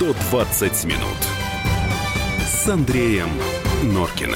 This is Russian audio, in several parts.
120 минут с Андреем Норкиным.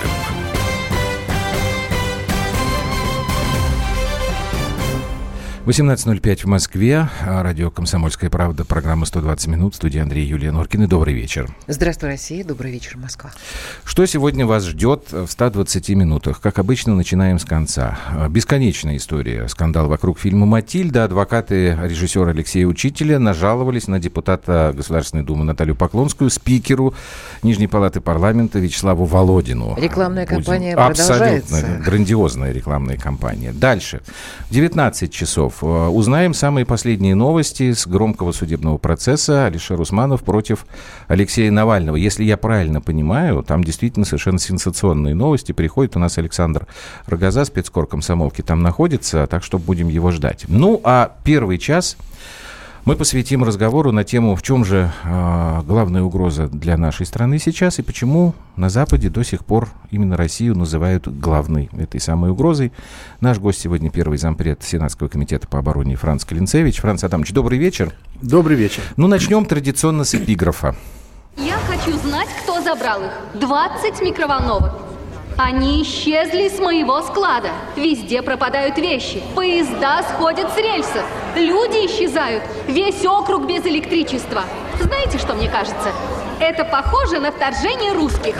18:05 в Москве. Радио «Комсомольская правда». Программа «120 минут». В студии Андрей и Юлия Норкины. Добрый вечер. Здравствуй, Россия. Добрый вечер, Москва. Что сегодня вас ждет в 120 минутах? Как обычно, начинаем с конца. Бесконечная история. Скандал вокруг фильма «Матильда». Адвокаты режиссера Алексея Учителя нажаловались на депутата Государственной Думы Наталью Поклонскую, спикеру Нижней палаты парламента Вячеславу Володину. Рекламная кампания продолжается. Абсолютно грандиозная рекламная кампания. Дальше. В 19 часов узнаем самые последние новости с громкого судебного процесса. Алишер Усманов против Алексея Навального. Если я правильно понимаю, там действительно совершенно сенсационные новости. Приходит у нас Александр Рогоза, спецкор комсомолки, там находится, так что будем его ждать. Ну, а первый час мы посвятим разговору на тему, в чем же главная угроза для нашей страны сейчас и почему на Западе до сих пор именно Россию называют главной этой самой угрозой. Наш гость сегодня первый зампред Сенатского комитета по обороне Франц Клинцевич. Франц Адамович, добрый вечер. Добрый вечер. Ну, начнем традиционно с эпиграфа. Я хочу знать, кто забрал их. 20 микроволновок. Они исчезли с моего склада. Везде пропадают вещи. Поезда сходят с рельсов. Люди исчезают. Весь округ без электричества. Знаете, что мне кажется? Это похоже на вторжение русских.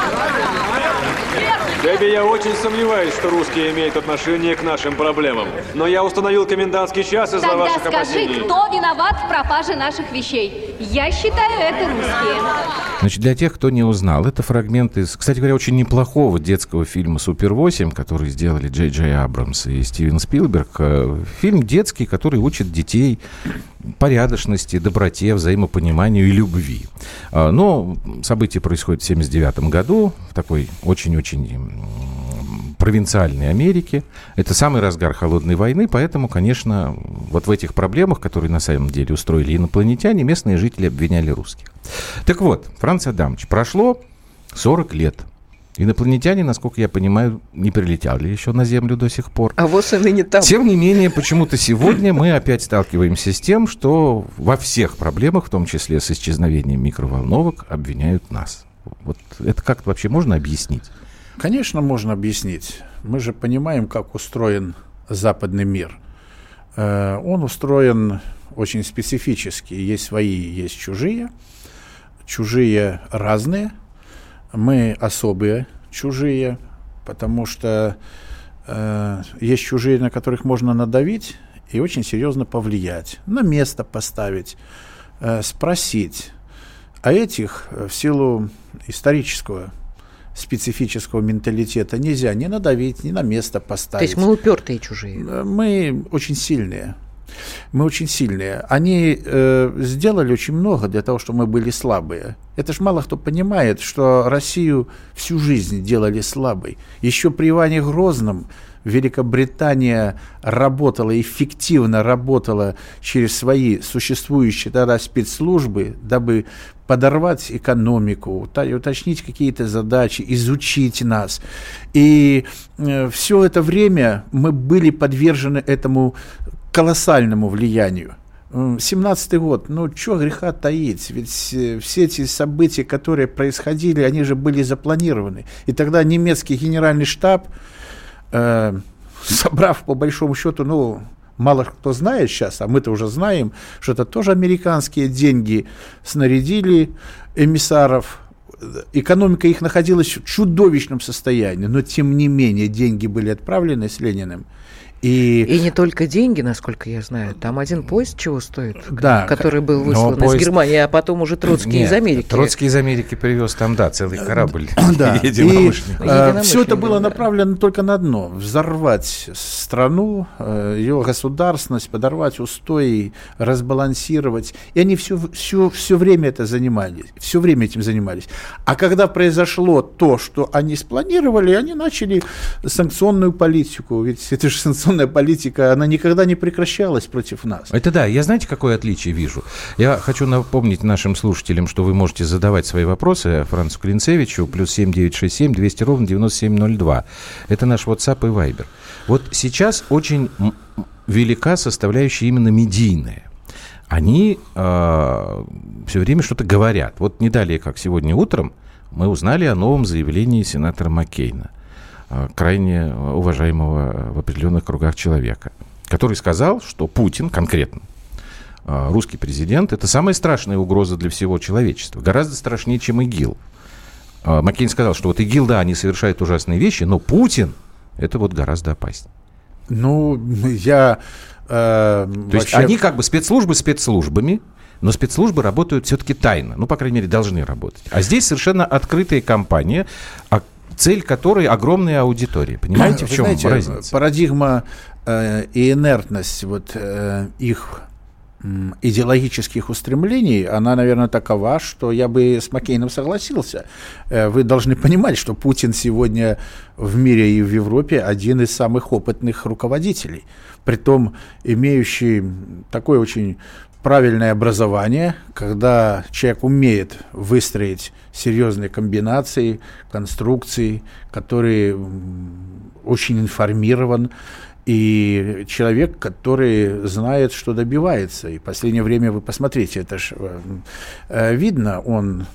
Дебби, я очень сомневаюсь, что русские имеют отношение к нашим проблемам. Но я установил комендантский час из-за Тогда ваших скажи, опасений. кто виноват в пропаже наших вещей? Я считаю, это русские. Значит, для тех, кто не узнал, это фрагмент из, кстати говоря, очень неплохого детского фильма «Супер-8», который сделали Джей Джей Абрамс и Стивен Спилберг. Фильм детский, который учит детей порядочности, доброте, взаимопониманию и любви. Но события происходят в 1979 году, в такой очень-очень провинциальной Америке. Это самый разгар холодной войны, поэтому, конечно, вот в этих проблемах, которые на самом деле устроили инопланетяне, местные жители обвиняли русских. Так вот, Франц Адамович, прошло 40 лет. Инопланетяне, насколько я понимаю, не прилетели еще на Землю до сих пор. А вот они не там. Тем не менее, почему-то сегодня мы опять сталкиваемся с тем, что во всех проблемах, в том числе с исчезновением микроволновок, обвиняют нас. Вот это как-то вообще можно объяснить? Конечно, можно объяснить. Мы же понимаем, как устроен западный мир. Он устроен очень специфически. Есть свои, есть чужие. Чужие разные. Мы особые чужие, потому что есть чужие, на которых можно надавить и очень серьезно повлиять, на место поставить, спросить. А этих в силу исторического специфического менталитета нельзя ни надавить, ни на место поставить. То есть мы упертые чужие? Мы очень сильные. Мы очень сильные. Они сделали очень много для того, чтобы мы были слабые. Это ж мало кто понимает, что Россию всю жизнь делали слабой. Еще при Иване Грозном Великобритания работала, эффективно работала через свои существующие тогда спецслужбы, дабы подорвать экономику, уточнить какие-то задачи, изучить нас. И все это время мы были подвержены этому колоссальному влиянию. 17-й год, ну, чего греха таить, ведь все эти события, которые происходили, они же были запланированы. И тогда немецкий генеральный штаб, собрав по большому счету, ну, мало кто знает сейчас, а мы-то уже знаем, что это тоже американские деньги, снарядили эмиссаров. Экономика их находилась в чудовищном состоянии, но тем не менее деньги были отправлены с Лениным. И не только деньги, насколько я знаю. Там один поезд чего стоит, да, который был выслан из Германии, а потом уже Троцкий из Америки. Троцкий из Америки привез там, да, целый корабль. Да. Единомышленников. Все это было направлено только на одно: взорвать страну, ее государственность, подорвать устои, разбалансировать. И они все время это занимались, все время этим занимались. А когда произошло то, что они спланировали, они начали санкционную политику. Ведь это же санкционная политика, она никогда не прекращалась против нас. Это да. Я знаете, какое отличие вижу? Я хочу напомнить нашим слушателям, что вы можете задавать свои вопросы Францу Клинцевичу, +7 967 200 9702. Это наш WhatsApp и Viber. Вот сейчас очень велика составляющая именно медийная. они все время что-то говорят. Вот не далее, как сегодня утром, мы узнали о новом заявлении сенатора Маккейна, крайне уважаемого в определенных кругах человека, который сказал, что Путин конкретно, русский президент, это самая страшная угроза для всего человечества, гораздо страшнее, чем ИГИЛ. Маккейн сказал, что вот ИГИЛ, да, они совершают ужасные вещи, но Путин это вот гораздо опаснее. Ну, я... То есть они как бы спецслужбы спецслужбами, но спецслужбы работают все-таки тайно. Ну, по крайней мере, должны работать. А здесь совершенно открытая кампания, цель которой огромная аудитория. Понимаете, в чем разница? Парадигма и инертность вот, их идеологических устремлений, она, наверное, такова, что я бы с Маккейном согласился. Вы должны понимать, что Путин сегодня в мире и в Европе один из самых опытных руководителей, притом имеющий такое очень правильное образование, когда человек умеет выстроить серьезные комбинации, конструкции, которые очень информирован, и человек, который знает, что добивается. И в последнее время, вы посмотрите, это ж видно, он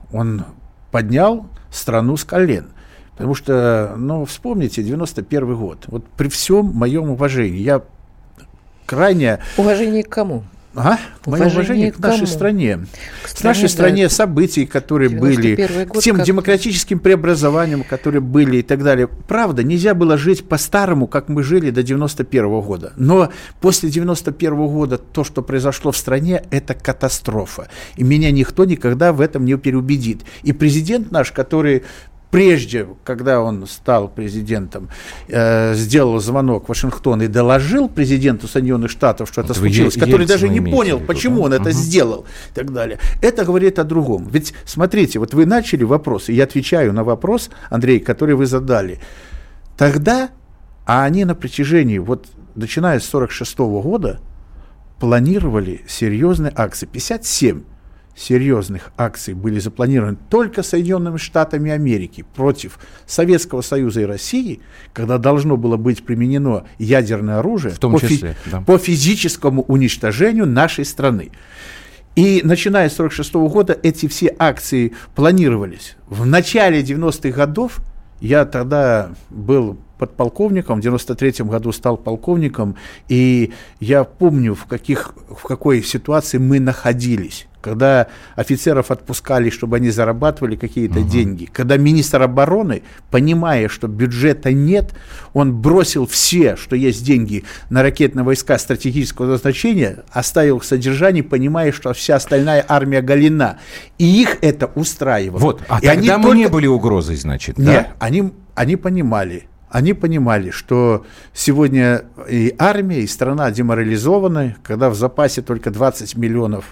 поднял страну с колен. Потому что, ну, вспомните, 91 год. Вот при всем моем уважении, я крайне... Уважение к кому? Мое уважение к нашей стране. К нашей стране, событий, которые были, к тем демократическим преобразованиям, которые были и так далее. Правда, нельзя было жить по-старому, как мы жили до 91 года. Но после 91 года то, что произошло в стране, это катастрофа. И меня никто никогда в этом не переубедит. И президент наш, который... Прежде, когда он стал президентом, сделал звонок в Вашингтон и доложил президенту Соединенных Штатов, что это случилось, который даже не понял, почему он это сделал, и так далее. Это говорит о другом. Ведь, смотрите, вот вы начали вопрос, и я отвечаю на вопрос, Андрей, который вы задали. Тогда, а они на протяжении, вот начиная с 1946 года, планировали серьезные акции. 57 серьезных акций были запланированы только Соединенными Штатами Америки против Советского Союза и России, когда должно было быть применено ядерное оружие по физическому уничтожению нашей страны. И начиная с 1946 года эти все акции планировались. В начале 90-х годов, я тогда был подполковником, в 93-м году стал полковником, и я помню, в какой ситуации мы находились, когда офицеров отпускали, чтобы они зарабатывали какие-то деньги, когда министр обороны, понимая, что бюджета нет, он бросил все, что есть деньги, на ракетные войска стратегического назначения, оставил их содержание, понимая, что вся остальная армия голена. И их это устраивало. Вот, а и тогда мы не были угрозой, значит, нет, да? Они понимали. Они понимали, что сегодня и армия, и страна деморализованы, когда в запасе только 20 миллионов,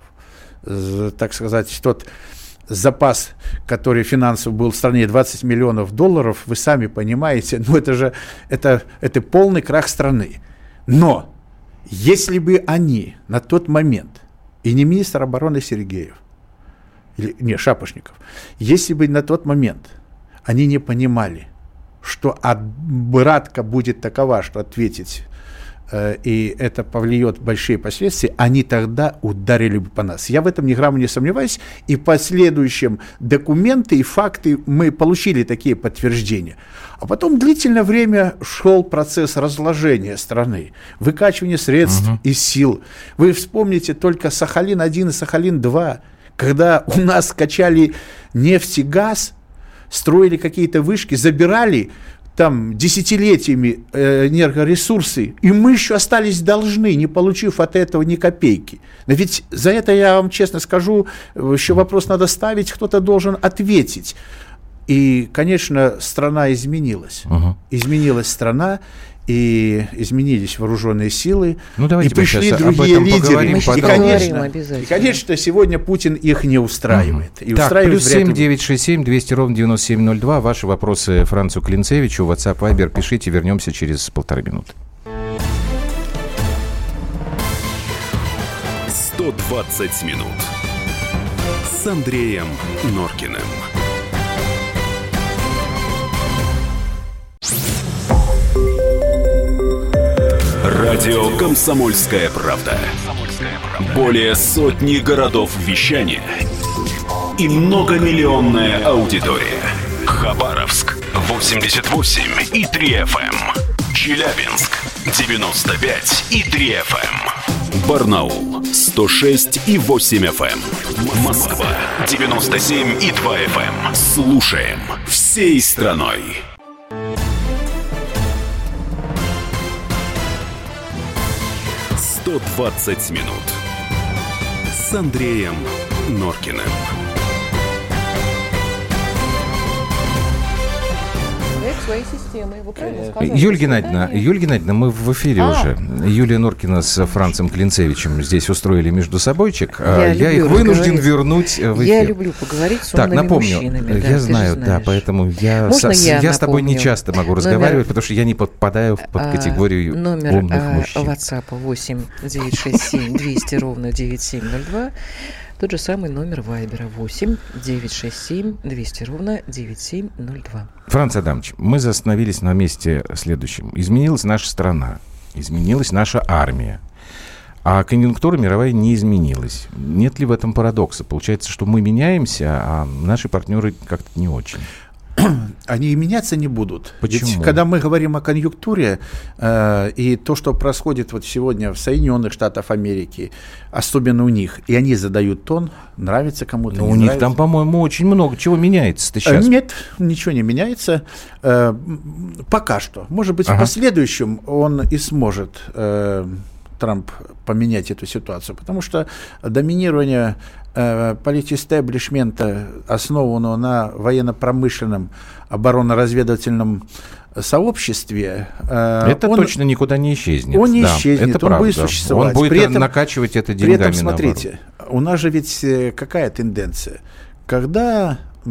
так сказать, тот запас, который финансов был в стране, 20 миллионов долларов, вы сами понимаете, ну это же это полный крах страны. Но если бы они на тот момент, и не министр обороны Сергеев, Шапошников, если бы на тот момент они не понимали, что обратка будет такова, что ответить, и это повлечет большие последствия, они тогда ударили бы по нас. Я в этом ни грамма не сомневаюсь, и в последующем документы и факты мы получили такие подтверждения. А потом длительное время шел процесс разложения страны, выкачивания средств из сил. Вы вспомните только Сахалин-1 и Сахалин-2, когда у нас качали нефть и газ, строили какие-то вышки, забирали там десятилетиями энергоресурсы, и мы еще остались должны, не получив от этого ни копейки. Но ведь за это, я вам честно скажу, еще вопрос надо ставить, кто-то должен ответить. И, конечно, страна изменилась. Изменилась страна, и изменились вооруженные силы, и пришли другие лидеры. И, конечно, сегодня Путин их не устраивает. И так, плюс 7-967-200-97-02. Ваши вопросы Францу Клинцевичу. WhatsApp, Viber пишите. Вернемся через 1,5 минуты. 120 минут с Андреем Норкиным. Радио «Комсомольская правда». Более сотни городов вещания и многомиллионная аудитория. Хабаровск 88,3 FM. Челябинск 95,3 FM. Барнаул 106,8 FM. Москва 97,2 FM. Слушаем всей страной. «120 минут» с Андреем Норкиным. Своей системой. Вы правильно сказали? Юлия Геннадьевна, мы в эфире уже. Юлия Норкина с Францем Клинцевичем здесь устроили между собойчик. Я их вынужден вернуть в эфир. Я люблю поговорить с умными мужчинами. Я знаю, да, поэтому я с тобой не часто могу разговаривать, потому что я не подпадаю под категорию умных мужчин. Номер WhatsApp 8 967 200 ровно 9702. Тот же самый номер Вайбера 8 967 200 ровно 9702. Франц Адамович, мы остановились на месте следующем. Изменилась наша страна, изменилась наша армия, а конъюнктура мировая не изменилась. Нет ли в этом парадокса? Получается, что мы меняемся, а наши партнеры как-то не очень. Они и меняться не будут. Почему? Ведь, когда мы говорим о конъюнктуре, и то, что происходит вот сегодня в Соединенных Штатах Америки, особенно у них, и они задают тон, нравится кому-то, но у них там, по-моему, очень много чего меняется-то сейчас. Нет, ничего не меняется. Пока что. Может быть, в последующем он и сможет, Трамп, поменять эту ситуацию, потому что доминирование политэстеблишмента, основанного на военно-промышленном оборонно-разведывательном сообществе, это точно никуда не исчезнет. Он не исчезнет, это он правда. будет существовать. Он будет накачивать это деньгами. При этом, смотрите, у нас же ведь какая тенденция? Когда у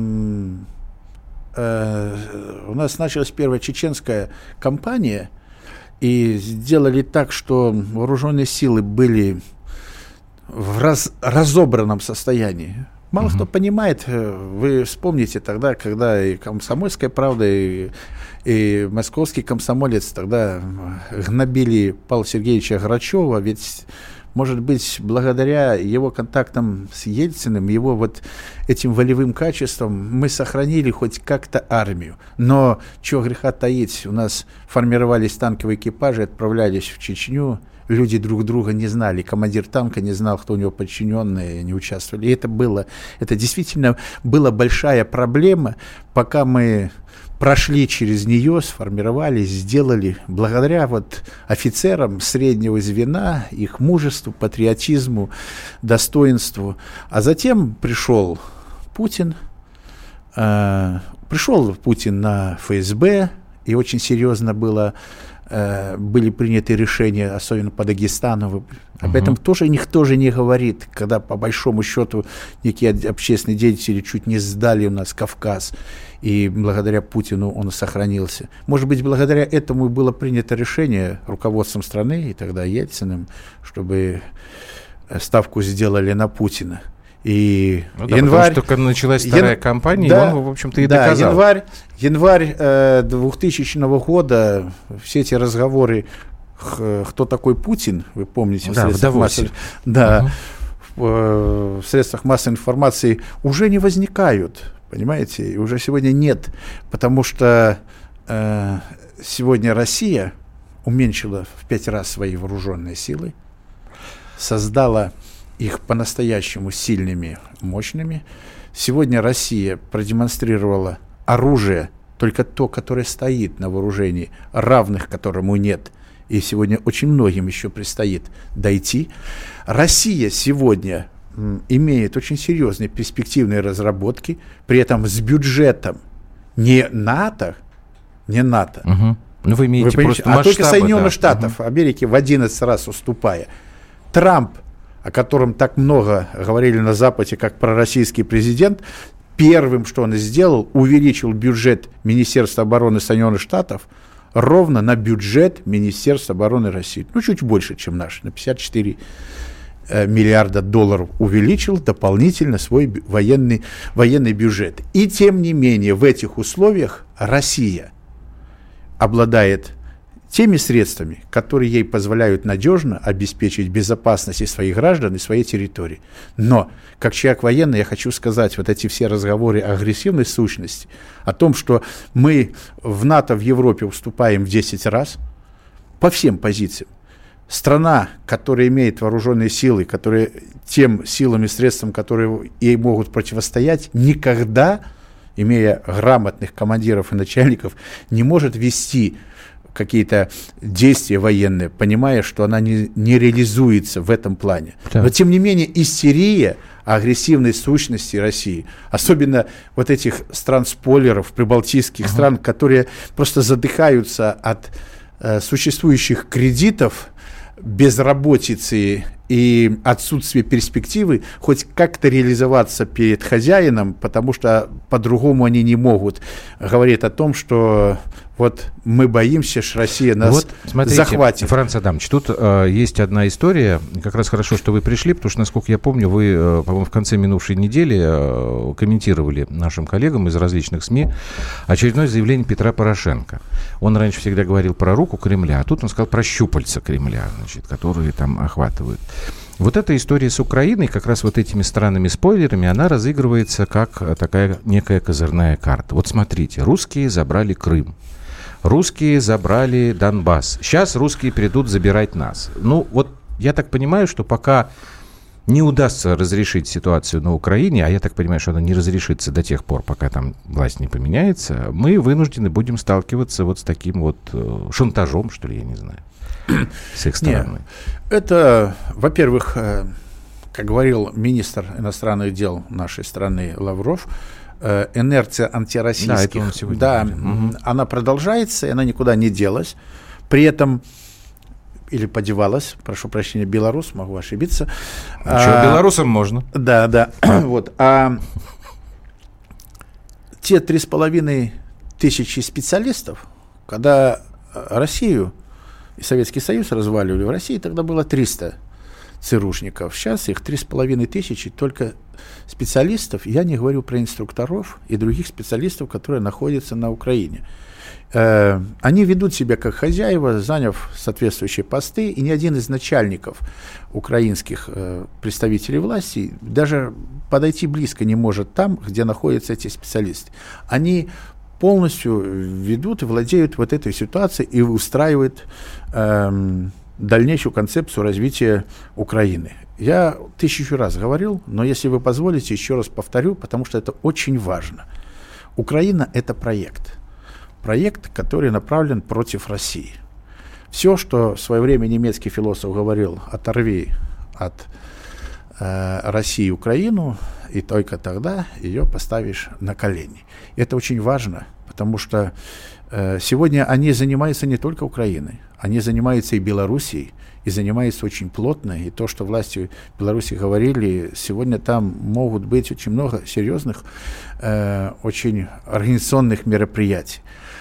нас началась первая чеченская кампания, и сделали так, что вооруженные силы были в разобранном состоянии. Мало кто понимает, вы вспомните тогда, когда и «Комсомольская правда», и «Московский комсомолец» тогда гнобили Павла Сергеевича Грачева, ведь, может быть, благодаря его контактам с Ельциным, его вот этим волевым качеством мы сохранили хоть как-то армию. Но, чего греха таить, у нас формировались танковые экипажи, отправлялись в Чечню, люди друг друга не знали, командир танка не знал, кто у него подчиненные, не участвовали. И это действительно была большая проблема, пока мы прошли через нее, сформировались, сделали, благодаря вот офицерам среднего звена, их мужеству, патриотизму, достоинству. А затем пришел Путин на ФСБ, и очень серьезно были приняты решения, особенно по Дагестану. Об этом тоже никто же не говорит, когда по большому счету некие общественные деятели чуть не сдали у нас Кавказ, и благодаря Путину он сохранился. Может быть, благодаря этому и было принято решение руководством страны, и тогда Ельциным, чтобы ставку сделали наПутина. И январь, потому что когда началась вторая кампания, да, он, в общем-то, и доказал. Январь 2000 года, все эти разговоры, кто такой Путин, вы помните, в средствах массовой информации уже не возникают, понимаете, и уже сегодня нет, потому что сегодня Россия уменьшила в 5 раз свои вооруженные силы, создала их по-настоящему сильными, мощными. Сегодня Россия продемонстрировала оружие, только то, которое стоит на вооружении, равных которому нет. И сегодня очень многим еще предстоит дойти. Россия сегодня имеет очень серьезные перспективные разработки, при этом с бюджетом не НАТО. Ну, вы имеете просто масштабы, только Соединенных Штатов Америки в 11 раз уступая. Трамп, о котором так много говорили на Западе, как пророссийский президент, первым, что он сделал, увеличил бюджет Министерства обороны Соединенных Штатов ровно на бюджет Министерства обороны России. Ну, чуть больше, чем наш, на 54 миллиарда долларов увеличил дополнительно свой военный бюджет. И тем не менее, в этих условиях Россия обладает теми средствами, которые ей позволяют надежно обеспечить безопасность своих граждан и своей территории. Но, как человек военный, я хочу сказать, вот эти все разговоры о агрессивной сущности, о том, что мы в НАТО, в Европе уступаем в 10 раз по всем позициям. Страна, которая имеет вооруженные силы, которые тем силам и средствам, которые ей могут противостоять, никогда, имея грамотных командиров и начальников, не может вести какие-то действия военные, понимая, что она не реализуется в этом плане. Да. Но, тем не менее, истерия агрессивной сущности России, особенно вот этих стран-спойлеров, прибалтийских стран, которые просто задыхаются от существующих кредитов, безработицы и отсутствия перспективы хоть как-то реализоваться перед хозяином, потому что по-другому они не могут. Говорит о том, что вот мы боимся, что Россия нас вот, смотрите, захватит. Франц Адамович, тут есть одна история, как раз хорошо, что вы пришли, потому что, насколько я помню, вы, по-моему, в конце минувшей недели комментировали нашим коллегам из различных СМИ очередное заявление Петра Порошенко. Он раньше всегда говорил про руку Кремля, а тут он сказал про щупальца Кремля, значит, которые там охватывают. Вот эта история с Украиной, как раз вот этими странными-спойлерами, она разыгрывается как такая некая козырная карта. Вот смотрите, русские забрали Крым. Русские забрали Донбасс. Сейчас русские придут забирать нас. Ну, вот я так понимаю, что пока не удастся разрешить ситуацию на Украине, а я так понимаю, что она не разрешится до тех пор, пока там власть не поменяется, мы вынуждены будем сталкиваться вот с таким вот шантажом, что ли, я не знаю, с их стороны. Нет, это, во-первых, как говорил министр иностранных дел нашей страны Лавров, инерция антироссийских, она продолжается, и она никуда не делась. При этом, или подевалась, прошу прощения, белорус, могу ошибиться. Белорусам можно. Да. Вот. А те 3,5 тысячи специалистов, когда Россию и Советский Союз разваливали, в России тогда было 300 ЦРУшников. Сейчас их 3,5 тысячи, только специалистов, я не говорю про инструкторов и других специалистов, которые находятся на Украине. Они ведут себя как хозяева, заняв соответствующие посты, и ни один из начальников украинских представителей власти даже подойти близко не может там, где находятся эти специалисты. Они полностью ведут и владеют вот этой ситуацией и устраивают дальнейшую концепцию развития Украины. Я 1000 раз говорил, но если вы позволите, еще раз повторю, потому что это очень важно. Украина – это проект. Проект, который направлен против России. Все, что в свое время немецкий философ говорил, оторви от России Украину, и только тогда ее поставишь на колени. Это очень важно, потому что сегодня они занимаются не только Украиной, они занимаются и Белоруссией, и занимаются очень плотно. И то, что власти Беларуси говорили, сегодня там могут быть очень много серьезных, очень организационных мероприятий.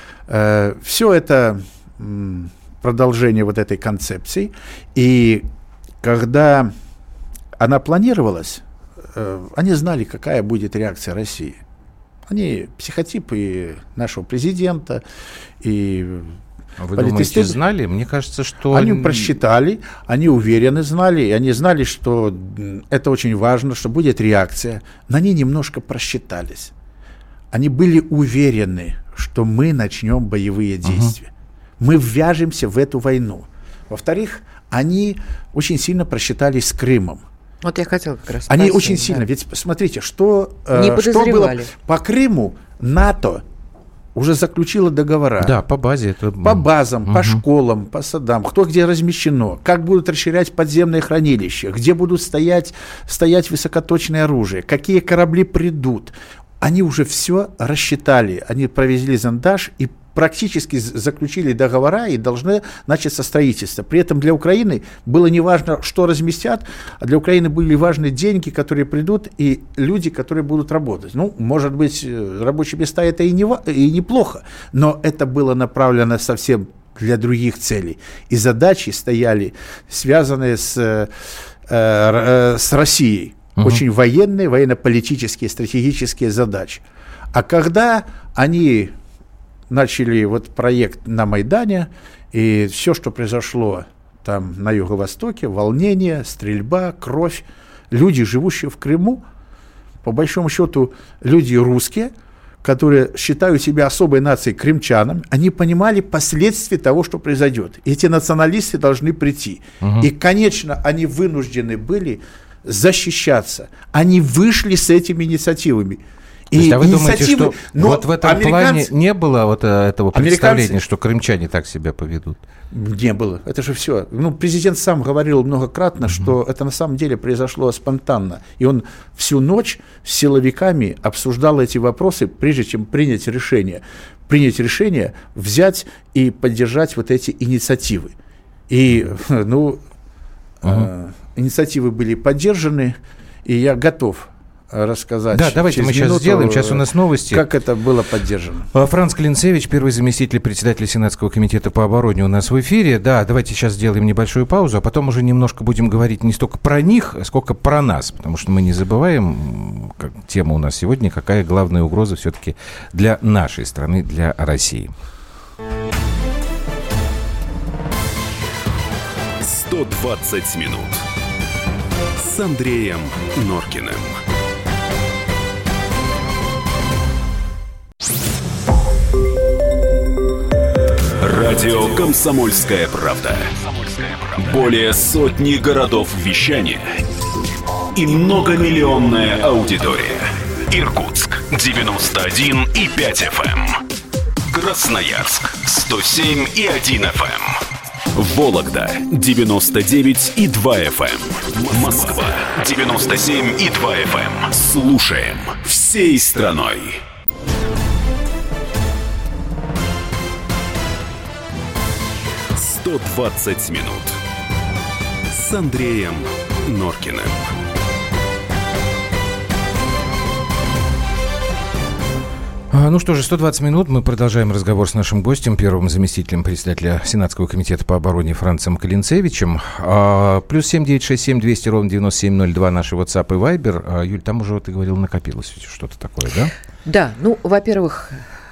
Все это продолжение вот этой концепции. И когда она планировалась, они знали, какая будет реакция России. Они психотипы нашего президента и... Вы думаете, знали? Мне кажется, что... Они просчитали, они уверенно знали, и они знали, что это очень важно, что будет реакция. Но они немножко просчитались. Они были уверены, что мы начнем боевые действия. Мы ввяжемся в эту войну. Во-вторых, они очень сильно просчитались с Крымом. Вот я хотел как раз Они спросить, очень сильно, ведь смотрите, что было по Крыму, НАТО уже заключило договора. Да, по базе. Это... По базам, по школам, по садам, кто где размещено, как будут расширять подземные хранилища, где будут стоять высокоточное оружие, какие корабли придут. Они уже все рассчитали, они провели зондаж и практически заключили договора и должны начаться строительство. При этом для Украины было не важно, что разместят, а для Украины были важны деньги, которые придут, и люди, которые будут работать. Ну, может быть, рабочие места это и неплохо, но это было направлено совсем для других целей. И задачи стояли, связанные с Россией. Очень военные, военно-политические, стратегические задачи. А когда они начали вот проект на Майдане, И все, что произошло там на юго-востоке, волнение, стрельба, кровь, люди, живущие в Крыму, по большому счету, люди русские, которые считают себя особой нацией крымчанам, они понимали последствия того, что произойдет. Эти националисты должны прийти. И, конечно, они вынуждены были защищаться. Они вышли с этими инициативами. То есть, а вы думаете, что вот в этом плане не было вот этого представления, что крымчане так себя поведут? Не было. Это же все. Президент сам говорил многократно, что это на самом деле произошло спонтанно. И он всю ночь с силовиками обсуждал эти вопросы, прежде чем принять решение. Взять и поддержать вот эти инициативы. И, инициативы были поддержаны, и я готов рассказать. Да, давайте мы сейчас сделаем. Сейчас у нас новости. Как это было поддержано. Франц Клинцевич, первый заместитель председателя Сенатского комитета по обороне, у нас в эфире. Да, давайте сейчас сделаем небольшую паузу, а потом уже немножко будем говорить не столько про них, сколько про нас, потому что мы не забываем, тема у нас сегодня, какая главная угроза все-таки для нашей страны, для России. 120 минут с Андреем Норкиным. Радио «Комсомольская правда». Более сотни городов вещания и многомиллионная аудитория. Иркутск 91,5 FM. Красноярск 107,1 FM. Вологда 99,2 FM. Москва 97,2 FM. Слушаем всей страной. «120 минут» с Андреем Норкиным. Ну что же, 120 минут. Мы продолжаем разговор с нашим гостем, первым заместителем председателя Сенатского комитета по обороне Францем Клинцевичем. Плюс 7967 200 ровно 9702 наши WhatsApp и Viber. Юль, там уже, ты говорил, накопилось что-то такое, да? Да, во-первых,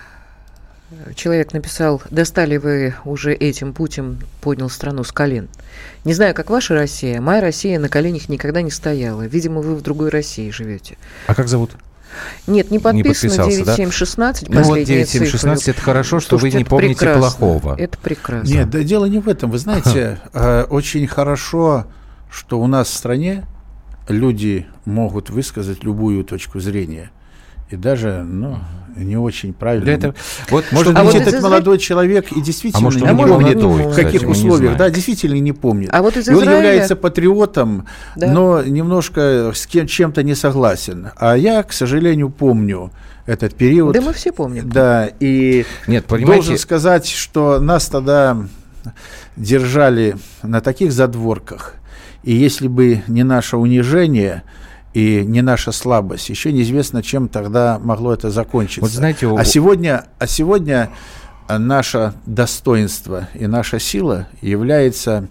человек написал: достали вы уже этим путем, поднял страну с колен. Не знаю, как ваша Россия, моя Россия на коленях никогда не стояла. Видимо, вы в другой России живете. А как зовут? Нет, не подписано, 9716, да? Последняя цифра. 9716, это хорошо, что вы не помните прекрасно. Плохого. Это прекрасно. Нет, да, дело не в этом. Вы знаете, очень хорошо, что у нас в стране люди могут высказать любую точку зрения. И даже, не очень правильно. Может быть, этот молодой человек и действительно не помнит, в каких условиях. Да, действительно не помнит. А вот из и он является патриотом, да, но немножко с чем-то не согласен. А я, к сожалению, помню этот период. Да мы все помним. Да, и должен сказать, что нас тогда держали на таких задворках. И если бы не наше унижение и не наша слабость, еще неизвестно, чем тогда могло это закончиться. Вот знаете, а сегодня наше достоинство и наша сила является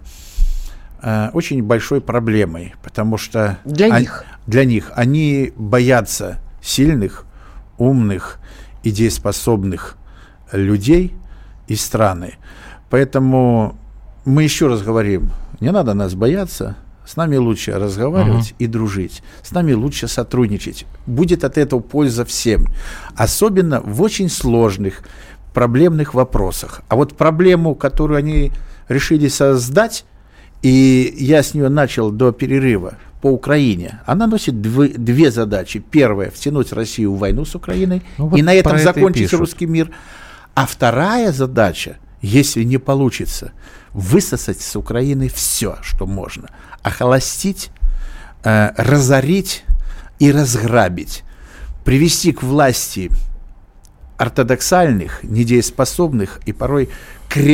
очень большой проблемой, потому что для них они боятся сильных, умных, идееспособных людей и страны. Поэтому мы еще раз говорим, не надо нас бояться. С нами лучше разговаривать и дружить. С нами лучше сотрудничать. Будет от этого польза всем. Особенно в очень сложных, проблемных вопросах. А вот проблему, которую они решили создать, и я с нее начал до перерыва, по Украине, она носит две задачи. Первая – втянуть Россию в войну с Украиной, и на этом закончить русский мир. А вторая задача, если не получится, высосать с Украины все, что можно. Охолостить, разорить и разграбить. Привести к власти ортодоксальных, недееспособных и порой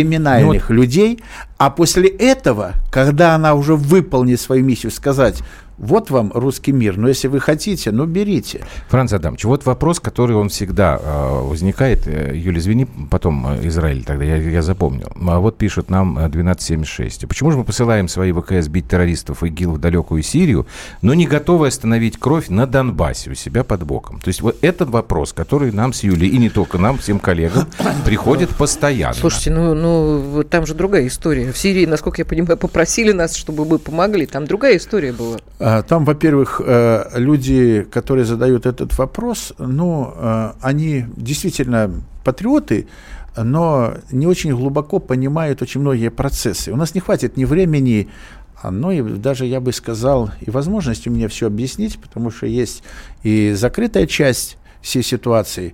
криминальных людей. А после этого, когда она уже выполнит свою миссию, сказать: Вот вам русский мир. Но если вы хотите, берите. Франц Адамович, вот вопрос, который он всегда возникает. Юля, извини, потом Израиль тогда, я запомнил. Вот пишет нам 1276. Почему же мы посылаем свои ВКС бить террористов ИГИЛ в далекую Сирию, но не готовы остановить кровь на Донбассе у себя под боком? То есть вот этот вопрос, который нам с Юлей, и не только нам, всем коллегам, приходит постоянно. Слушайте, там же другая история. В Сирии, насколько я понимаю, попросили нас, чтобы мы помогли. Там другая история была. Там, во-первых, люди, которые задают этот вопрос, они действительно патриоты, но не очень глубоко понимают очень многие процессы. У нас не хватит ни времени, и даже, я бы сказал, и возможности мне все объяснить, потому что есть и закрытая часть всей ситуации.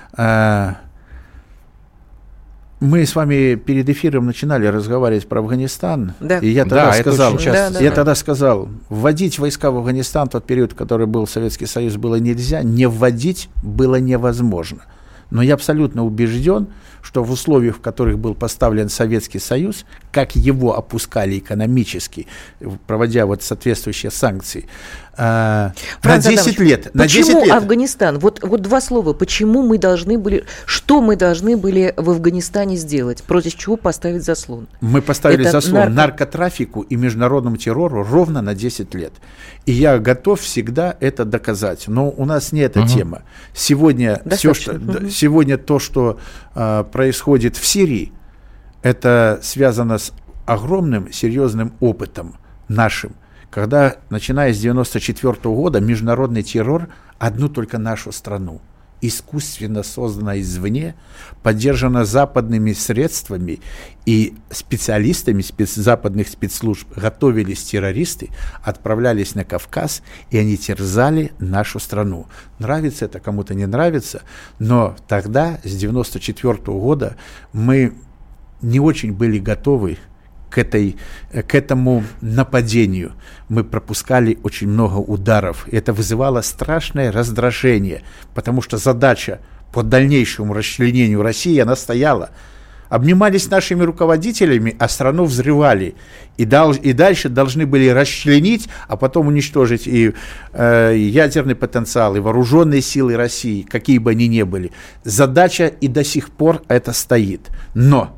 Мы с вами перед эфиром начинали разговаривать про Афганистан, да. И я тогда сказал, вводить войска в Афганистан в тот период, который был Советский Союз, было нельзя, не вводить было невозможно. Но я абсолютно убежден, что в условиях, в которых был поставлен Советский Союз, как его опускали экономически, проводя соответствующие санкции, на 10 лет. Почему Афганистан? Вот два слова. Почему мы должны были, что мы должны были в Афганистане сделать? Против чего поставить заслон? Мы поставили заслон наркотрафику и международному террору ровно на 10 лет. И я готов всегда это доказать. Но у нас не эта тема. Сегодня то, что происходит в Сирии, это связано с огромным серьезным опытом нашим, когда, начиная с 1994 года, международный террор одну только нашу страну, искусственно создана извне, поддержана западными средствами и специалистами западных спецслужб, готовились террористы, отправлялись на Кавказ, и они терзали нашу страну. Нравится это, кому-то не нравится, но тогда, с 1994 года, мы не очень были готовы к этому нападению. Мы пропускали очень много ударов. И это вызывало страшное раздражение, потому что задача по дальнейшему расчленению России, она стояла. Обнимались нашими руководителями, а страну взрывали. И дальше должны были расчленить, а потом уничтожить и ядерный потенциал, и вооруженные силы России, какие бы они ни были. Задача и до сих пор это стоит. Но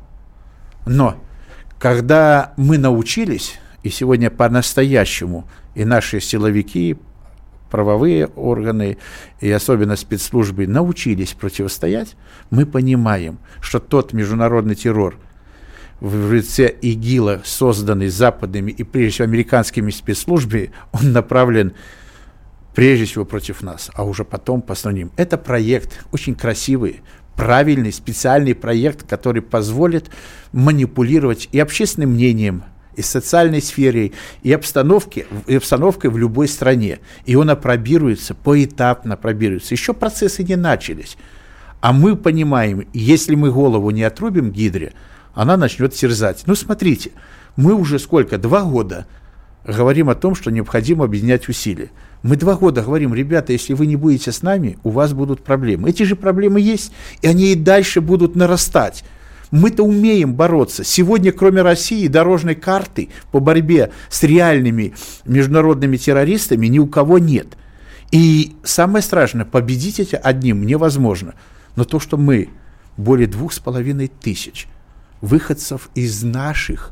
когда мы научились, и сегодня по-настоящему и наши силовики, правовые органы, и особенно спецслужбы научились противостоять, мы понимаем, что тот международный террор в лице ИГИЛа, созданный западными и прежде всего американскими спецслужбами, он направлен прежде всего против нас, а уже потом по стране. Это проект очень красивый, правильный, специальный проект, который позволит манипулировать и общественным мнением, и социальной сферой, и обстановкой в любой стране. И он поэтапно апробируется. Еще процессы не начались. А мы понимаем, если мы голову не отрубим гидре, она начнет терзать. Смотрите, мы уже 2 года говорим о том, что необходимо объединять усилия. Мы 2 года говорим, ребята, если вы не будете с нами, у вас будут проблемы. Эти же проблемы есть, и они и дальше будут нарастать. Мы-то умеем бороться. Сегодня, кроме России, дорожной карты по борьбе с реальными международными террористами ни у кого нет. И самое страшное, победить это одним невозможно. Но то, что мы, более 2500 выходцев из наших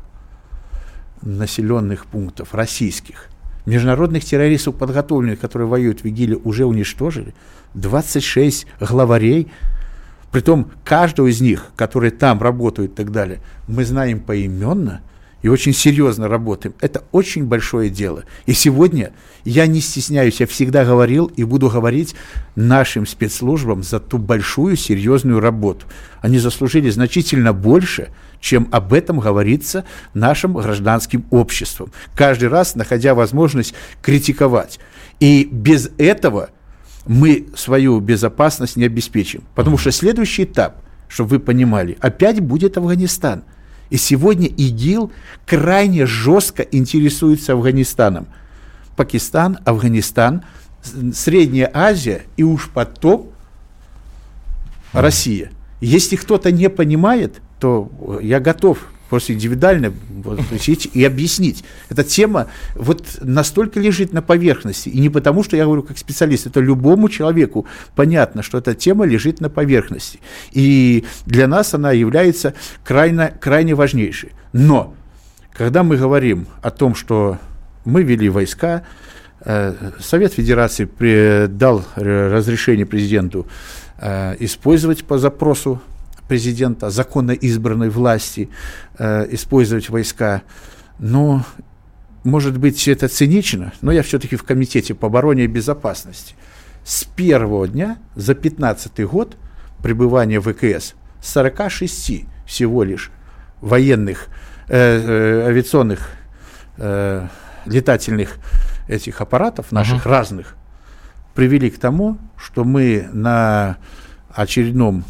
населенных пунктов, российских, международных террористов подготовленных, которые воюют в ИГИЛе, уже уничтожили, 26 главарей, притом каждого из них, которые там работают и так далее, мы знаем поименно и очень серьезно работаем. Это очень большое дело. И сегодня я не стесняюсь, я всегда говорил и буду говорить нашим спецслужбам за ту большую серьезную работу. Они заслужили значительно больше, чем об этом говорится нашим гражданским обществом, каждый раз находя возможность критиковать. И без этого мы свою безопасность не обеспечим. Потому что следующий этап, чтобы вы понимали, опять будет Афганистан. И сегодня ИГИЛ крайне жестко интересуется Афганистаном. Пакистан, Афганистан, Средняя Азия и уж потом Россия. Если кто-то не понимает, то я готов просто индивидуально и объяснить. Эта тема вот настолько лежит на поверхности, и не потому, что я говорю как специалист, это любому человеку понятно, что эта тема лежит на поверхности, и для нас она является крайне важнейшей. Но, когда мы говорим о том, что мы вели войска, Совет Федерации дал разрешение президенту использовать по запросу президента, законно избранной власти, использовать войска. Но, может быть, это цинично, но я все-таки в Комитете по обороне и безопасности. С первого дня за 2015 год пребывания в ВКС 46 всего лишь военных, авиационных, летательных этих аппаратов наших разных привели к тому, что мы на очередном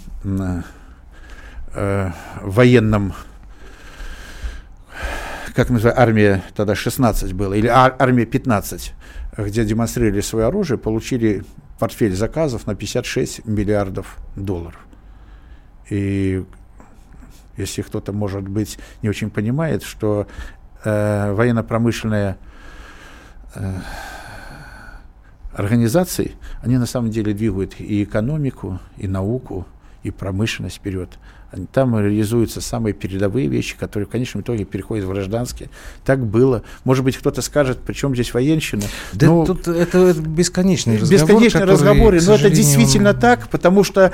военном, как называется, армия тогда 16 была, или армия 15, где демонстрировали свое оружие, получили портфель заказов на 56 миллиардов долларов. И если кто-то, может быть, не очень понимает, что военно-промышленная организации, они на самом деле двигают и экономику, и науку, и промышленность вперед. Там реализуются самые передовые вещи, которые в конечном итоге переходят в гражданские. Так было. Может быть, кто-то скажет, при чем здесь военщина? Да, тут это бесконечный разговор. Бесконечные разговоры, но это действительно так, потому что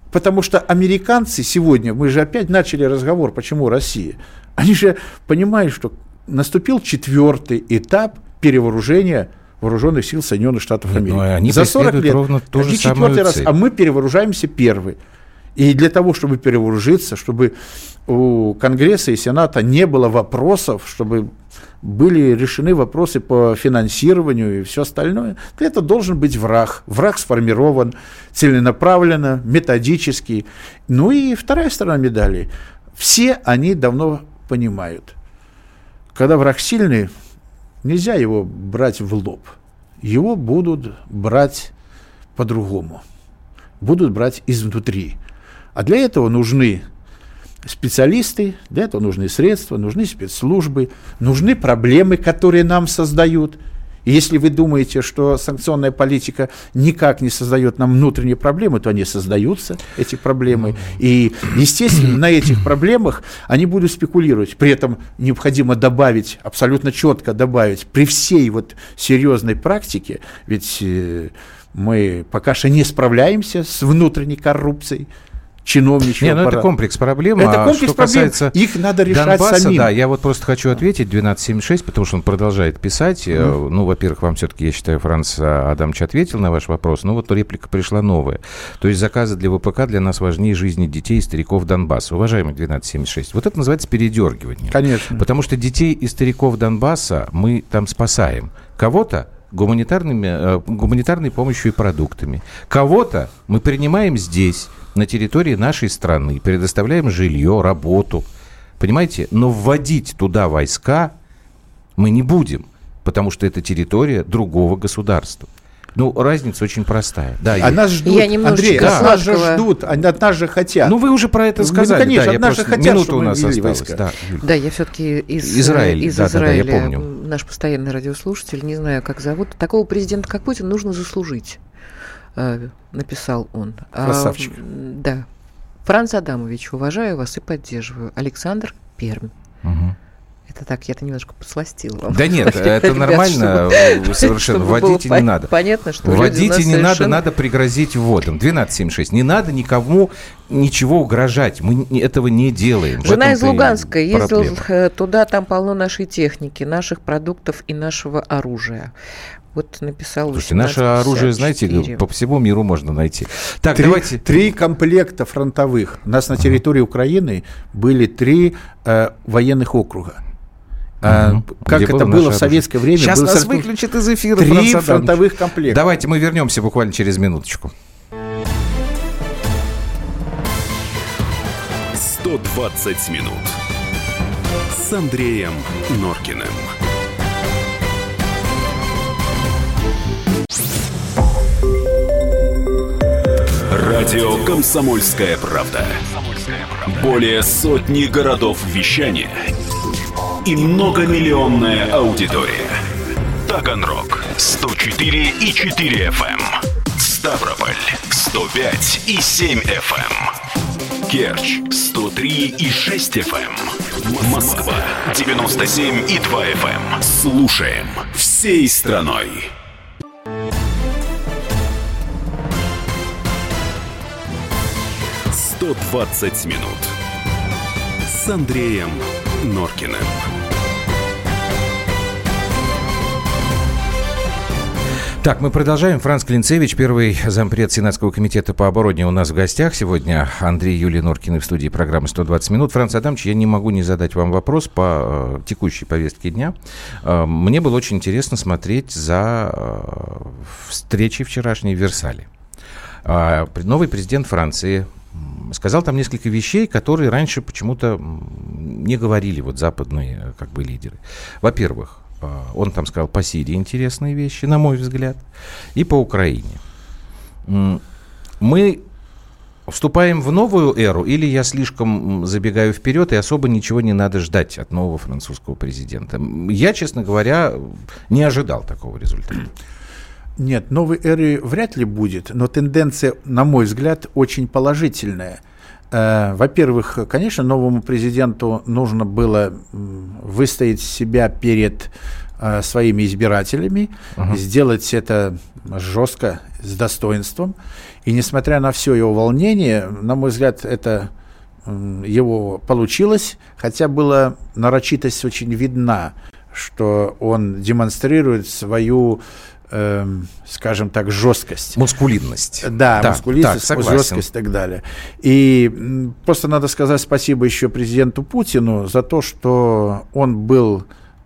американцы сегодня, мы же опять начали разговор, почему Россия, они же понимают, что наступил 4-й этап перевооружения вооруженных сил Соединенных Штатов Америки. Они за 40 лет ровно ту же самую раз, цель. а мы перевооружаемся первый. И для того, чтобы перевооружиться, чтобы у Конгресса и Сената не было вопросов, чтобы были решены вопросы по финансированию и все остальное, для этого должен быть враг. Враг сформирован целенаправленно, методически. Ну и вторая сторона медали. Все они давно понимают. Когда враг сильный, нельзя его брать в лоб. Его будут брать по-другому. Будут брать изнутри. А для этого нужны специалисты, для этого нужны средства, нужны спецслужбы, нужны проблемы, которые нам создают. И если вы думаете, что санкционная политика никак не создает нам внутренние проблемы, то они создаются, эти проблемы. И, естественно, на этих проблемах они будут спекулировать. При этом необходимо добавить, абсолютно четко добавить, при всей вот серьезной практике, ведь мы пока что не справляемся с внутренней коррупцией, чиновничьего аппарата. Это комплекс проблем. Это комплекс что проблем. Касается их надо решать Донбасса, самим. Да, я вот просто хочу ответить 1276, потому что он продолжает писать. Ну, во-первых, вам все-таки, я считаю, Франц Адамович ответил на ваш вопрос, но вот реплика пришла новая. То есть заказы для ВПК для нас важнее жизни детей и стариков Донбасса. Уважаемый 1276, вот это называется передергивание. Конечно. Потому что детей и стариков Донбасса мы там спасаем. Кого-то гуманитарной помощью и продуктами. Кого-то мы принимаем здесь, на территории нашей страны, предоставляем жилье, работу. Понимаете? Но вводить туда войска мы не будем, потому что это территория другого государства. Ну, разница очень простая. Да, нас ждут, Андрей, от нас же ждут, от нас же хотят. Ну, вы уже про это сказали. Ну, конечно, да, от нас же хотят, минута у нас осталась. Да, я все-таки из Израиля, я помню. Наш постоянный радиослушатель, не знаю, как зовут. Такого президента, как Путин, нужно заслужить, написал он. Красавчик. Да. Франц Адамович, уважаю вас и поддерживаю. Александр, Пермь. Угу. Это так, я-то немножко подсластила вам. Да нет, это нормально, совершенно. Вводить не надо. Понятно, что вводить не надо, надо пригрозить вводом. 1276. Не надо никому ничего угрожать. Мы этого не делаем. Жена из Луганска ездила туда, там полно нашей техники, наших продуктов и нашего оружия. Вот написал. Слушайте, наше оружие, знаете, по всему миру можно найти. Так, давайте. 3 комплекта фронтовых. У нас на территории Украины были 3 военных округа. Как это было в советское время. Сейчас нас выключат из эфира. 3 фронтовых комплекта. Давайте мы вернемся буквально через минуточку. 120 минут с Андреем Норкиным. Радио «Комсомольская правда». Более сотни городов вещания и многомиллионная аудитория. Таганрог 104,4 FM, Ставрополь 105,7 FM, Керчь 103,6 FM, Москва 97,2 FM. Слушаем всей страной. «120 минут» с Андреем Норкиным. Так, мы продолжаем. Франц Клинцевич, первый зампред Сенатского комитета по обороне, у нас в гостях. Сегодня Андрей Юлия Норкины в студии программы «120 минут». Франц Адамович, я не могу не задать вам вопрос по текущей повестке дня. Мне было очень интересно смотреть за встречей вчерашней в Версале. Новый президент Франции сказал там несколько вещей, которые раньше почему-то не говорили вот западные как бы лидеры. Во-первых, он там сказал по Сирии интересные вещи, на мой взгляд, и по Украине. Мы вступаем в новую эру, или я слишком забегаю вперед, и особо ничего не надо ждать от нового французского президента? Я, честно говоря, не ожидал такого результата. Нет, новой эры вряд ли будет, но тенденция, на мой взгляд, очень положительная. Во-первых, конечно, новому президенту нужно было выстоять себя перед своими избирателями, сделать это жестко, с достоинством. И несмотря на все его волнение, на мой взгляд, это его получилось, хотя была нарочитость очень видна, что он демонстрирует свою, скажем так, жесткость. Мускулинность. Да, мускулинность, жесткость и так далее. И просто надо сказать спасибо еще президенту Путину за то, что он был,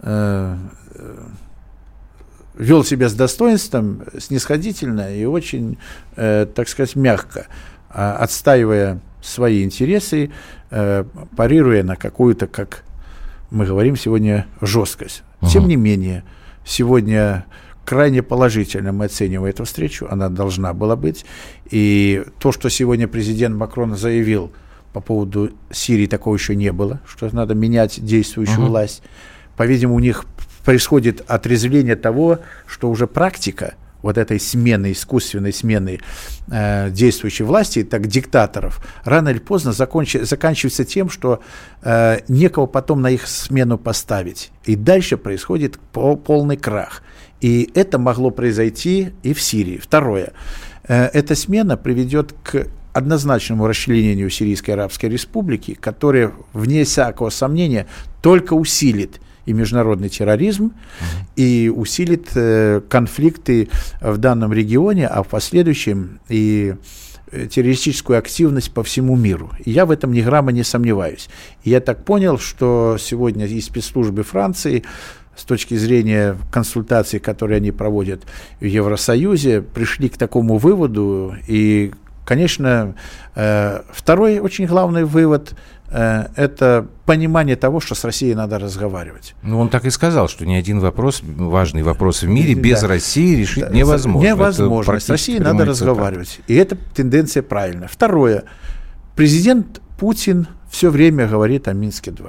вел себя с достоинством, снисходительно и очень, так сказать, мягко, отстаивая свои интересы, парируя на какую-то, как мы говорим сегодня, жесткость. Тем не менее, сегодня крайне положительно мы оцениваем эту встречу, она должна была быть. И то, что сегодня президент Макрон заявил по поводу Сирии, такого еще не было, что надо менять действующую власть. По-видимому, у них происходит отрезвление того, что уже практика вот этой смены, искусственной смены действующей власти, так диктаторов, рано или поздно заканчивается тем, что некого потом на их смену поставить. И дальше происходит полный крах. И это могло произойти и в Сирии. Второе. Эта смена приведет к однозначному расчленению Сирийской Арабской Республики, которая, вне всякого сомнения, только усилит и международный терроризм, и усилит конфликты в данном регионе, а в последующем и террористическую активность по всему миру. И я в этом ни грамма не сомневаюсь. И я так понял, что сегодня и спецслужбы Франции, с точки зрения консультаций, которые они проводят в Евросоюзе, пришли к такому выводу. И, конечно, второй очень главный вывод – это понимание того, что с Россией надо разговаривать. Ну, он так и сказал, что ни один вопрос, важный вопрос в мире, без России решить невозможно. Невозможно. С Россией надо разговаривать. И эта тенденция правильная. Второе. Президент Путин все время говорит о Минске-2.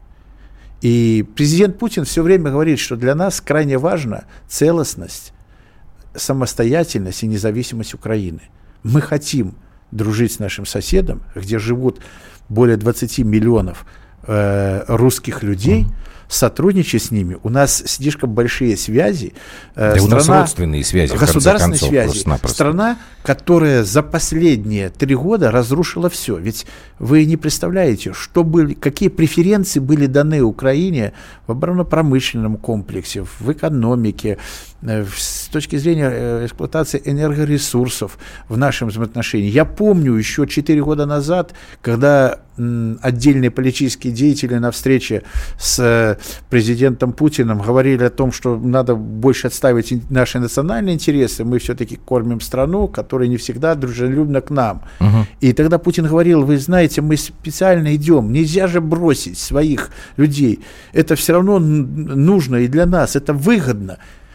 И президент Путин все время говорит, что для нас крайне важна целостность, самостоятельность и независимость Украины. Мы хотим дружить с нашим соседом, где живут более 20 миллионов русских людей, сотрудничать с ними. У нас слишком большие связи. Да, у нас родственные связи, государственные связи. Просто-напросто. Страна, которая за последние 3 года разрушила все. Ведь вы не представляете, какие преференции были даны Украине в оборонно-промышленном комплексе, в экономике, с точки зрения эксплуатации энергоресурсов в нашем взаимоотношении. Я помню еще 4 года назад, когда отдельные политические деятели на встрече с президентом Путиным говорили о том, что надо больше отстаивать наши национальные интересы, мы все-таки кормим страну, которая не всегда дружелюбна к нам. И тогда Путин говорил: вы знаете, мы специально идем, нельзя же бросить своих людей, это все равно нужно и для нас, это выгодно.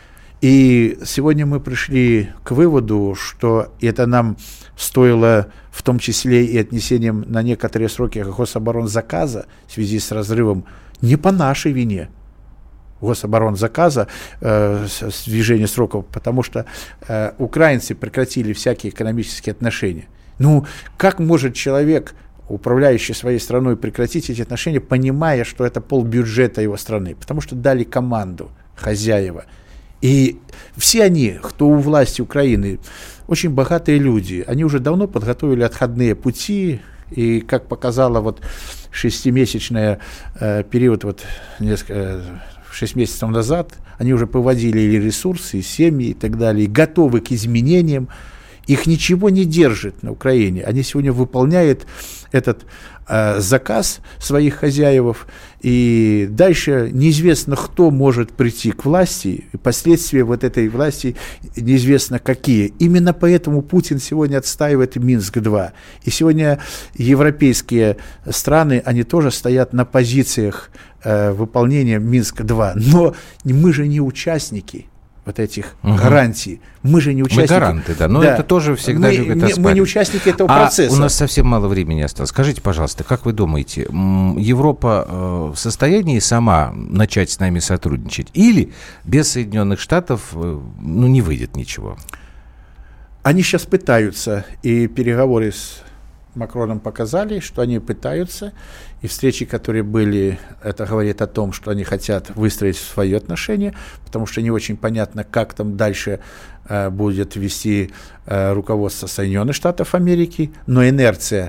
И сегодня мы пришли к выводу, что это нам стоило в том числе и отнесением на некоторые сроки гособоронзаказа в связи с разрывом не по нашей вине гособоронзаказа, движение сроков, потому что украинцы прекратили всякие экономические отношения. Ну, как может человек, управляющий своей страной, прекратить эти отношения, понимая, что это полбюджета его страны? Потому что дали команду хозяева. И все они, кто у власти Украины, очень богатые люди, они уже давно подготовили отходные пути, и, как показало вот 6-месячный период, вот несколько 6 месяцев назад, они уже поводили и ресурсы, и семьи, и так далее, и готовы к изменениям. Их ничего не держит на Украине. Они сегодня выполняют этот заказ своих хозяев, и дальше неизвестно, кто может прийти к власти, и последствия вот этой власти неизвестно какие. Именно поэтому Путин сегодня отстаивает Минск-2. И сегодня европейские страны, они тоже стоят на позициях выполнения Минска-2. Но мы же не участники вот этих гарантий. Мы же не участники. Мы гаранты, да, но это тоже всегда любят оспаривать. Мы не участники этого процесса. У нас совсем мало времени осталось. Скажите, пожалуйста, как вы думаете, Европа в состоянии сама начать с нами сотрудничать? Или без Соединенных Штатов не выйдет ничего? Они сейчас пытаются, и переговоры с Макроном показали, что они пытаются, и встречи, которые были, это говорит о том, что они хотят выстроить свои отношения, потому что не очень понятно, как там дальше будет вести руководство Соединенных Штатов Америки, но инерция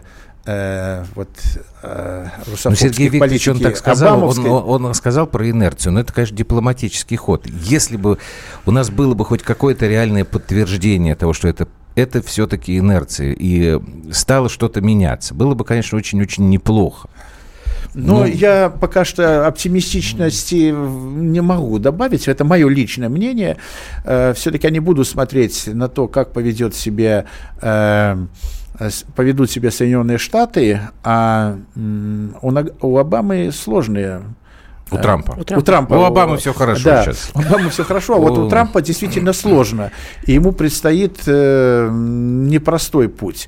Сергей Викторович, он так сказал, он сказал про инерцию, но это, конечно, дипломатический ход. Если бы у нас было бы хоть какое-то реальное подтверждение того, что это все-таки инерция, и стало что-то меняться, было бы, конечно, очень-очень неплохо. Но я пока что оптимистичности не могу добавить, это мое личное мнение. Все-таки я не буду смотреть на то, как поведут себя Соединенные Штаты, а у Обамы сложные. У Трампа. У Обамы все хорошо сейчас. У Обамы все хорошо, а вот у Трампа действительно сложно. И ему предстоит непростой путь.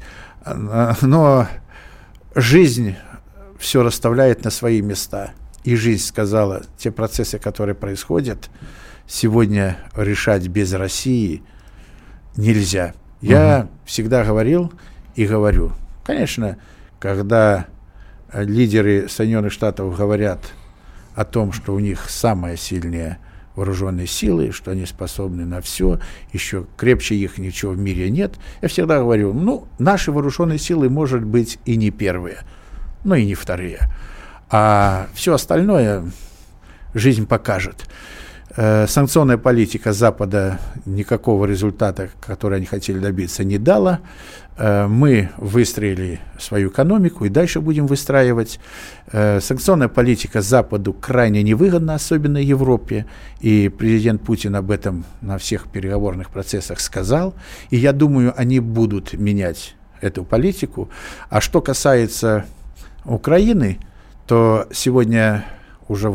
Но жизнь все расставляет на свои места. И жизнь сказала, те процессы, которые происходят, сегодня решать без России нельзя. Я всегда говорил и говорю, конечно, когда лидеры Соединенных Штатов говорят о том, что у них самые сильные вооруженные силы, что они способны на все, еще крепче их ничего в мире нет, я всегда говорю, наши вооруженные силы, может быть, и не первые, но и не вторые. А все остальное жизнь покажет. Санкционная политика Запада никакого результата, который они хотели добиться, не дала. Мы выстроили свою экономику и дальше будем выстраивать. Санкционная политика Западу крайне невыгодна, особенно Европе. И президент Путин об этом на всех переговорных процессах сказал. И я думаю, они будут менять эту политику. А что касается Украины, то сегодня уже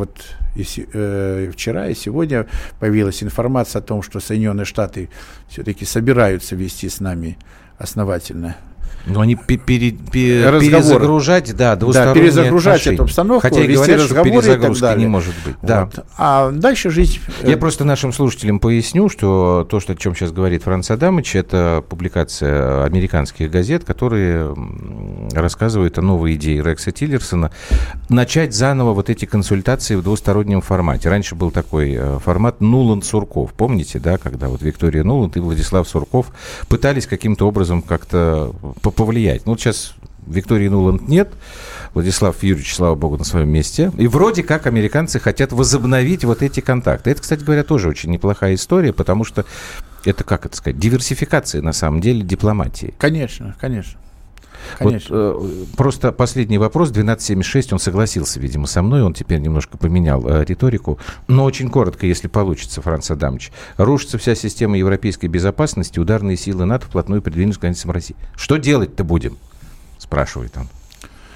вчера и сегодня появилась информация о том, что Соединенные Штаты все-таки собираются вести с нами основательно. Но они перезагружать, двусторонние перезагружать отношения. Эту обстановку, хотя и говорят, что перезагрузки не может быть. Да. Вот. А дальше жизнь... Я просто нашим слушателям поясню, что то, о чем сейчас говорит Франц Адамович, это публикация американских газет, которые рассказывают о новой идее Рекса Тиллерсона начать заново вот эти консультации в двустороннем формате. Раньше был такой формат Нуланд-Сурков. Помните, да, когда вот Виктория Нуланд и Владислав Сурков пытались каким-то образом как-то повлиять. Вот сейчас Виктории Нуланд нет, Владислав Юрьевич, слава богу, на своем месте. И вроде как американцы хотят возобновить вот эти контакты. Это, кстати говоря, тоже очень неплохая история, потому что это, как это сказать, диверсификация, на самом деле, дипломатии. Конечно. Вот, просто последний вопрос. 1276, он согласился, видимо, со мной. Он теперь немножко поменял риторику. Но очень коротко, если получится, Франц Адамович. Рушится вся система европейской безопасности. Ударные силы НАТО вплотную придвинулись к границам России. Что делать-то будем? Спрашивает он.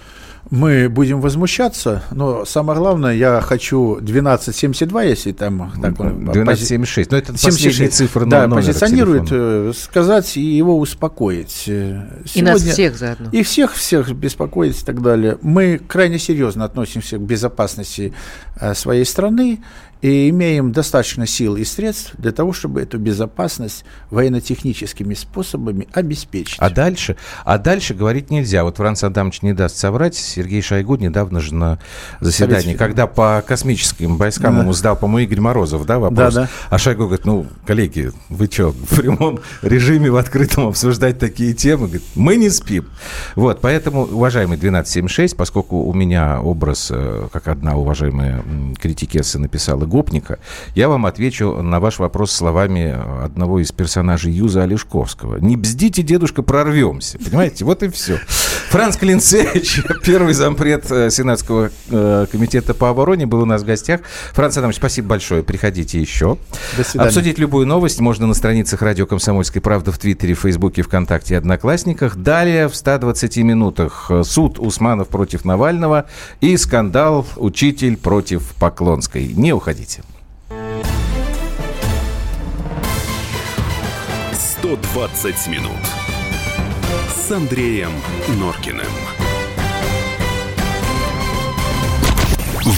мы будем возмущаться, но самое главное, я хочу 1272, если там... 1276, но это 76, последняя цифра да, номера позиционирует, телефона. сказать и его успокоить. Сегодня и нас всех заодно. И всех беспокоить и так далее. Мы крайне серьезно относимся к безопасности своей страны и имеем достаточно сил и средств для того, чтобы эту безопасность военно-техническими способами обеспечить. А дальше говорить нельзя. Вот Франц Адамович не даст соврать. Сергей Шойгу недавно же на заседании, когда по космическим войскам ему задал, по-моему, Игорь Морозов, вопрос. Да. А Шойгу говорит, коллеги, вы что, в прямом режиме, в открытом обсуждать такие темы? Говорит, мы не спим. Вот, поэтому, уважаемый 1276, поскольку у меня образ, как одна уважаемая критикесса написала, гопника, я вам отвечу на ваш вопрос словами одного из персонажей Юза Олешковского. Не бздите, дедушка, прорвемся. Понимаете? Вот и все. Франц Клинцевич, первый зампред Сенатского комитета по обороне, был у нас в гостях. Франц Адамович, спасибо большое. Приходите еще. До свидания. Обсудить любую новость можно на страницах радио «Комсомольская правда» в Твиттере, Фейсбуке, ВКонтакте и Одноклассниках. Далее в 120 минутах суд Усманов против Навального и скандал учитель против Поклонской. Не уходите. 120 минут с Андреем Норкиным.